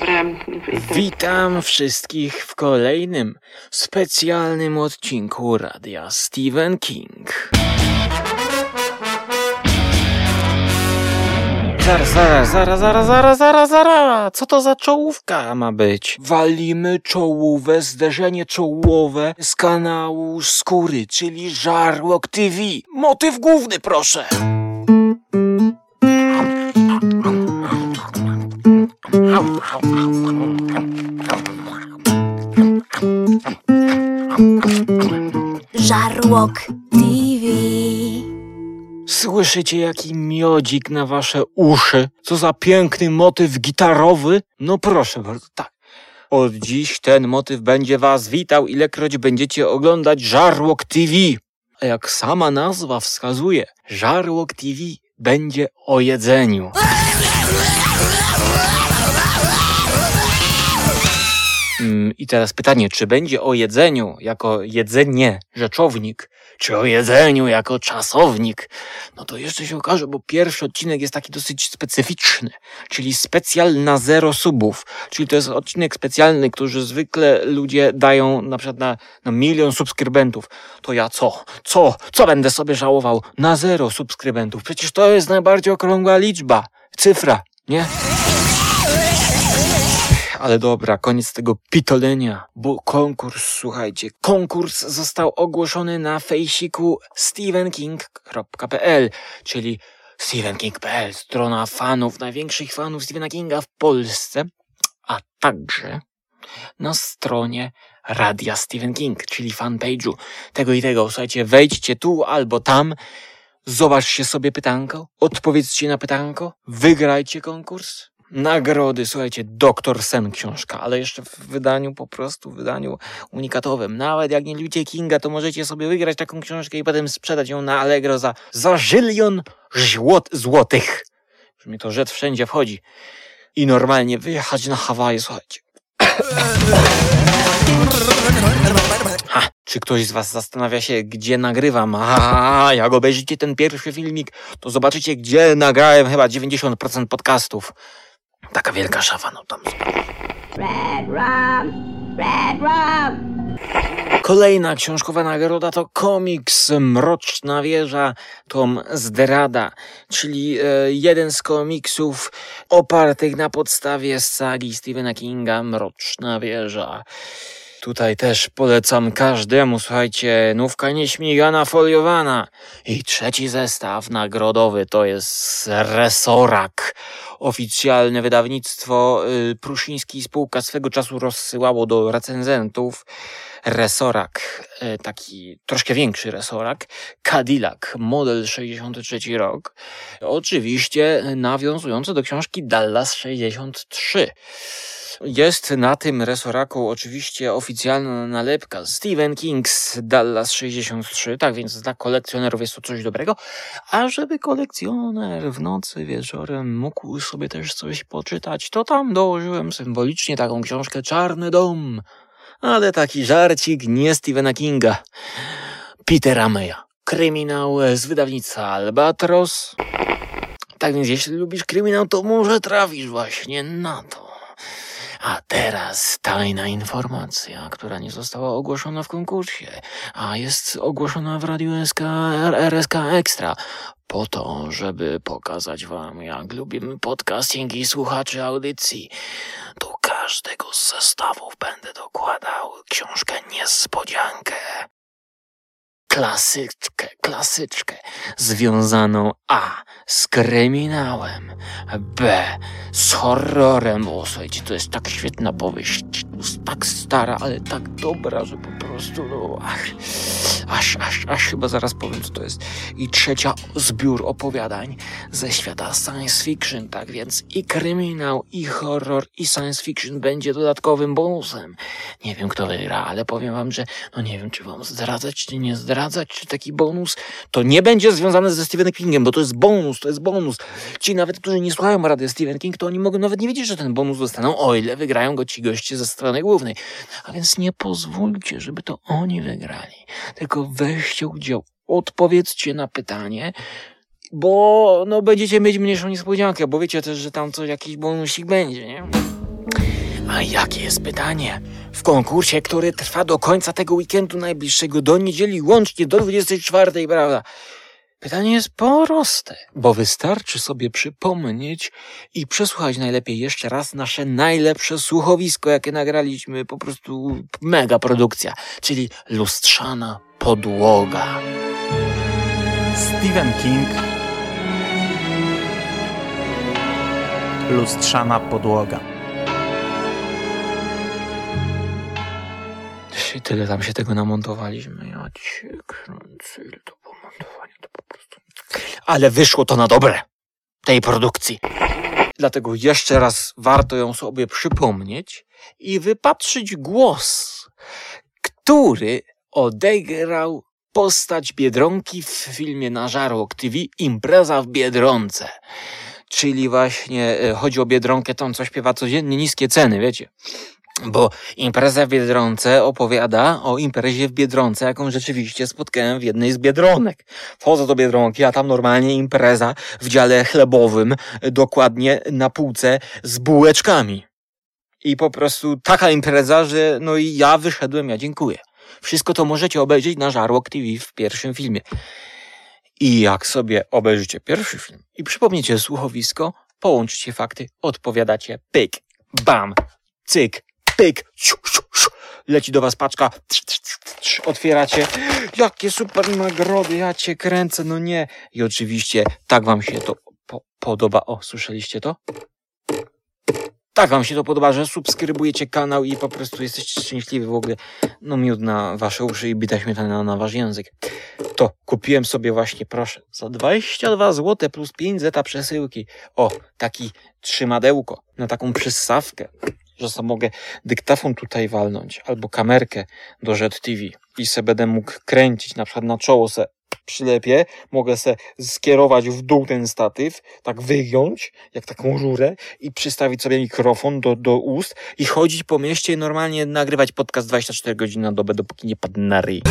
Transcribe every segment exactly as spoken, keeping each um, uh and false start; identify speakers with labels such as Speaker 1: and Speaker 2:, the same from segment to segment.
Speaker 1: dobra.
Speaker 2: Witam wszystkich w kolejnym specjalnym odcinku Radia Stephen King. Zaraz, zaraz, zaraz, zaraz, zaraz, zaraz, zaraz. Co to za czołówka ma być? Walimy czołówę, zderzenie czołowe z kanału Skóry, czyli Żarłok T V. Motyw główny, proszę.
Speaker 3: Żarłok T V.
Speaker 2: Słyszycie jaki miodzik na wasze uszy? Co za piękny motyw gitarowy? No proszę bardzo, tak. Od dziś ten motyw będzie was witał, ilekroć będziecie oglądać Żarłok T V. A jak sama nazwa wskazuje, Żarłok T V będzie o jedzeniu. I teraz pytanie, czy będzie o jedzeniu jako jedzenie, rzeczownik, czy o jedzeniu jako czasownik? No to jeszcze się okaże, bo pierwszy odcinek jest taki dosyć specyficzny, czyli specjal na zero subów. Czyli to jest odcinek specjalny, który zwykle ludzie dają na przykład na, na milion subskrybentów. To ja co? Co? Co będę sobie żałował? Na zero subskrybentów. Przecież to jest najbardziej okrągła liczba. Cyfra, nie? Ale dobra, koniec tego pitolenia, bo konkurs, słuchajcie, konkurs został ogłoszony na fejsiku stephen king kropka p l, czyli stephen king kropka p l, strona fanów, największych fanów Stephena Kinga w Polsce, a także na stronie Radia Stephen King, czyli fanpage'u tego i tego. Słuchajcie, wejdźcie tu albo tam, zobaczcie sobie pytanko, odpowiedzcie na pytanko, wygrajcie konkurs. Nagrody, słuchajcie, Doktor Sen książka, ale jeszcze w wydaniu po prostu, w wydaniu unikatowym. Nawet jak nie lubicie Kinga, to możecie sobie wygrać taką książkę i potem sprzedać ją na Allegro za, za żylion złot, złotych. Już mi to rzecz wszędzie wchodzi. I normalnie wyjechać na Hawaje, słuchajcie. Ha, czy ktoś z was zastanawia się, gdzie nagrywam? A, jak obejrzycie ten pierwszy filmik, to zobaczycie, gdzie nagrałem chyba dziewięćdziesiąt procent podcastów. Taka wielka szafa, no tam.
Speaker 3: Red rum, red rum.
Speaker 2: Kolejna książkowa nagroda to komiks Mroczna Wieża, tom Zdrada, czyli e, jeden z komiksów opartych na podstawie sagi Stephena Kinga Mroczna Wieża. Tutaj też polecam każdemu, słuchajcie, nówka nieśmigana, foliowana. I trzeci zestaw nagrodowy to jest Resorak. Oficjalne wydawnictwo y, Pruszyński spółka swego czasu rozsyłało do recenzentów. Resorak, y, taki troszkę większy Resorak. Cadillac, model sześćdziesiąty trzeci rok. Oczywiście nawiązujący do książki Dallas sześćdziesiąt trzy. Jest na tym Resoraku oczywiście oficjalna nalepka Stephen King's Dallas sześćdziesiąt trzy, tak więc dla kolekcjonerów jest to coś dobrego, a żeby kolekcjoner w nocy wieczorem mógł sobie też coś poczytać, to tam dołożyłem symbolicznie taką książkę Czarny Dom, ale taki żarcik nie Stephena Kinga, Petera Maya. Kryminał z wydawnictwa Albatros. Tak więc jeśli lubisz kryminał, to może trafisz właśnie na to. A teraz tajna informacja, która nie została ogłoszona w konkursie, a jest ogłoszona w Radiu S K, R S K Extra, po to, żeby pokazać wam, jak lubimy podcasting i słuchaczy audycji. Do każdego z zestawów będę dokładał książkę niespodziankę. Klasyczkę, klasyczkę, związaną A z kryminałem, B z horrorem. O, słuchajcie, to jest tak świetna powieść, tak stara, ale tak dobra, że po prostu, no, ach, aż, aż, aż chyba zaraz powiem, co to jest. I trzecia, zbiór opowiadań ze świata science fiction, tak więc i kryminał, i horror, i science fiction będzie dodatkowym bonusem. Nie wiem, kto wygra, ale powiem wam, że no nie wiem, czy wam zdradzać, czy nie zdradzać, czy taki bonus to nie będzie związane ze Stephenem Kingiem, bo to jest bonus, to jest bonus. Ci nawet, którzy nie słuchają Rady Stephen King, to oni mogą nawet nie wiedzieć, że ten bonus dostaną, o ile wygrają go ci goście ze strony głównej. A więc nie pozwólcie, żeby to oni wygrali. Tylko weźcie udział, odpowiedzcie na pytanie, bo no będziecie mieć mniejszą niespodziankę, bo wiecie też, że tam coś, jakiś bonusik będzie, nie? A jakie jest pytanie? W konkursie, który trwa do końca tego weekendu najbliższego, do niedzieli łącznie do dwudziestej czwartej, prawda? Pytanie jest proste, bo wystarczy sobie przypomnieć i przesłuchać najlepiej jeszcze raz nasze najlepsze słuchowisko, jakie nagraliśmy, po prostu mega produkcja, czyli Lustrzana podłoga.
Speaker 1: Stephen King. Lustrzana podłoga.
Speaker 2: I tyle tam się tego namontowaliśmy. Ja cię kręcę, ile to było montowanie, to po prostu... Ale wyszło to na dobre tej produkcji. Dlatego jeszcze raz warto ją sobie przypomnieć i wypatrzyć głos, który odegrał postać Biedronki w filmie na Żarłok T V Impreza w Biedronce. Czyli właśnie chodzi o Biedronkę, tą co śpiewa codziennie niskie ceny, wiecie. Bo Impreza w Biedronce opowiada o imprezie w Biedronce, jaką rzeczywiście spotkałem w jednej z Biedronek. Wchodzę do Biedronki, a tam normalnie impreza w dziale chlebowym, dokładnie na półce z bułeczkami. I po prostu taka impreza, że no i ja wyszedłem, ja dziękuję. Wszystko to możecie obejrzeć na Żarłok T V w pierwszym filmie. I jak sobie obejrzycie pierwszy film i przypomnicie słuchowisko, połączycie fakty, odpowiadacie pyk, bam, cyk, pyk, siu, siu, siu. Leci do was paczka, trz, trz, trz, trz, otwieracie, jakie super nagrody, ja cię kręcę, no nie. I oczywiście tak wam się to po- podoba, o, słyszeliście to? Tak wam się to podoba, że subskrybujecie kanał i po prostu jesteście szczęśliwi w ogóle. No miód na wasze uszy i bita śmietana na wasz język. To kupiłem sobie właśnie, proszę, za dwadzieścia dwa złote plus pięć zeta przesyłki. O, taki trzymadełko na taką przyssawkę, że sobie mogę dyktafon tutaj walnąć albo kamerkę do Jet T V i se będę mógł kręcić, na przykład na czoło se przylepię, mogę se skierować w dół ten statyw, tak wygiąć, jak taką rurę i przystawić sobie mikrofon do, do ust i chodzić po mieście i normalnie nagrywać podcast dwadzieścia cztery godziny na dobę, dopóki nie padnę na ryj.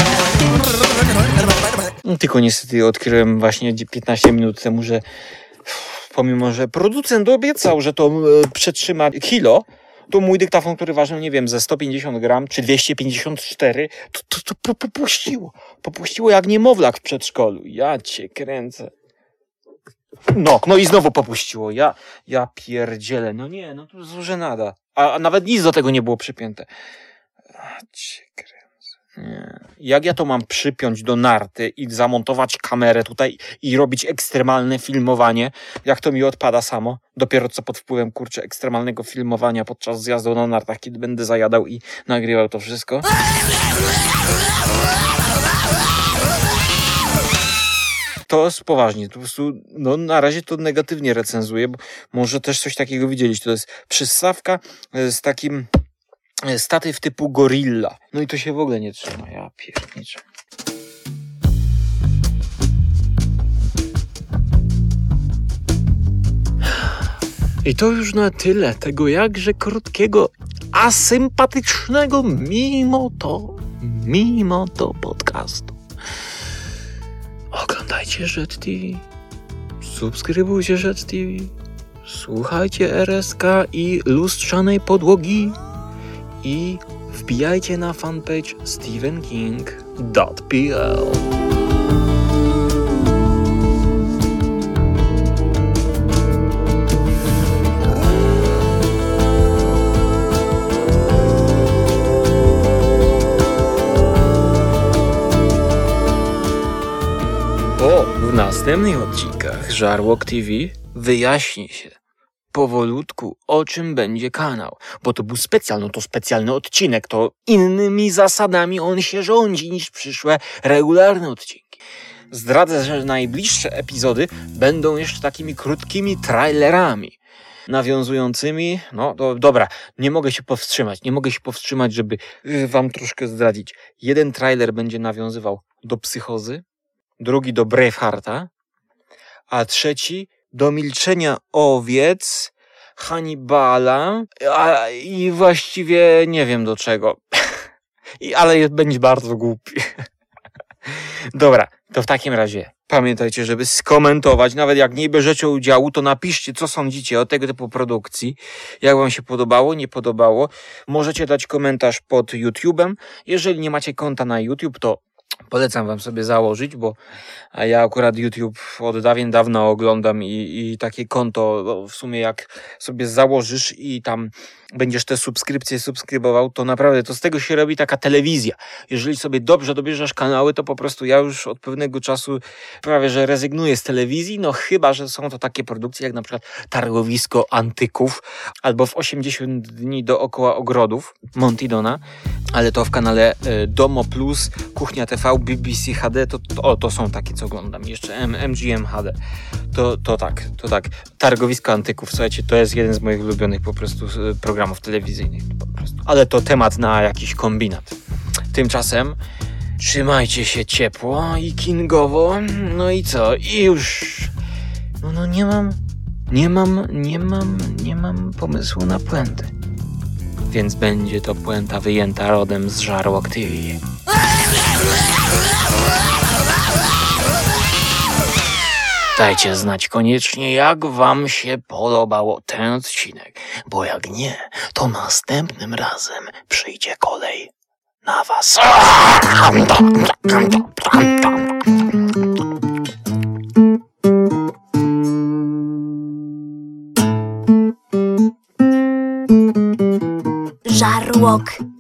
Speaker 2: Tylko niestety odkryłem właśnie piętnaście minut temu, że pomimo, że producent obiecał, że to e, przetrzyma kilo, to mój dyktafon, który ważył, nie wiem, ze sto pięćdziesiąt gram, czy dwieście pięćdziesiąt cztery, to, to, to, to popuściło. Popuściło jak niemowlak w przedszkolu. Ja cię kręcę. No, no i znowu popuściło. Ja, ja pierdzielę. No nie, no to jest żenada. A, a nawet nic do tego nie było przypięte. Ja cię kręcę. Nie. Jak ja to mam przypiąć do narty i zamontować kamerę tutaj i robić ekstremalne filmowanie, jak to mi odpada samo, dopiero co pod wpływem, kurczę, ekstremalnego filmowania podczas zjazdu na nartach, kiedy będę zajadał i nagrywał to wszystko. To jest poważnie, po prostu, no na razie to negatywnie recenzuję, bo może też coś takiego widzieliście, to jest przyssawka z takim statyw typu Gorilla. No i to się w ogóle nie trzyma. Ja pierniczę. I to już na tyle tego jakże krótkiego, asympatycznego, mimo to, mimo to podcastu. Oglądajcie Jet T V. Subskrybujcie Jet T V. Słuchajcie R S K i Lustrzanej podłogi. I wbijajcie na fanpage stephen king kropka p l. Bo w następnych odcinkach Żarłok T V wyjaśni się powolutku, o czym będzie kanał. Bo to był specjal, no to specjalny odcinek, to innymi zasadami on się rządzi niż przyszłe regularne odcinki. Zdradzę, że najbliższe epizody będą jeszcze takimi krótkimi trailerami, nawiązującymi, no to dobra, nie mogę się powstrzymać, nie mogę się powstrzymać, żeby wam troszkę zdradzić. Jeden trailer będzie nawiązywał do Psychozy, drugi do Bravehearta, a trzeci do Milczenia owiec, Hannibala, a, i właściwie nie wiem do czego. I, ale będzie bardzo głupi. Dobra, to w takim razie Pamiętajcie, żeby skomentować, nawet jak nie bierzecie udziału, to napiszcie, co sądzicie o tego typu produkcji, jak wam się podobało, nie podobało. Możecie dać komentarz pod YouTube'em. Jeżeli nie macie konta na YouTube, to polecam wam sobie założyć, bo a ja akurat YouTube od dawien dawna oglądam i, i takie konto w sumie jak sobie założysz i tam będziesz te subskrypcje subskrybował, to naprawdę to z tego się robi taka telewizja. Jeżeli sobie dobrze dobierzesz kanały, to po prostu ja już od pewnego czasu prawie, że rezygnuję z telewizji, no chyba, że są to takie produkcje jak na przykład Targowisko Antyków albo w osiemdziesiąt dni dookoła ogrodów Monty Dona, ale to w kanale Domo Plus, Kuchnia T V, B B C H D, to, to, o, to są takie, co oglądam. Jeszcze M G M H D. To, to tak, to tak. Targowisko Antyków, słuchajcie, to jest jeden z moich ulubionych po prostu programów telewizyjnych. Po prostu. Ale to temat na jakiś kombinat. Tymczasem trzymajcie się ciepło i kingowo. No i co? I już... No, no nie mam... Nie mam... Nie mam... Nie mam pomysłu na puentę. Więc będzie to puenta wyjęta rodem z Żarłok T V. Dajcie znać koniecznie, jak wam się podobał ten odcinek, bo jak nie, to następnym razem przyjdzie kolej na was.
Speaker 3: Żarłok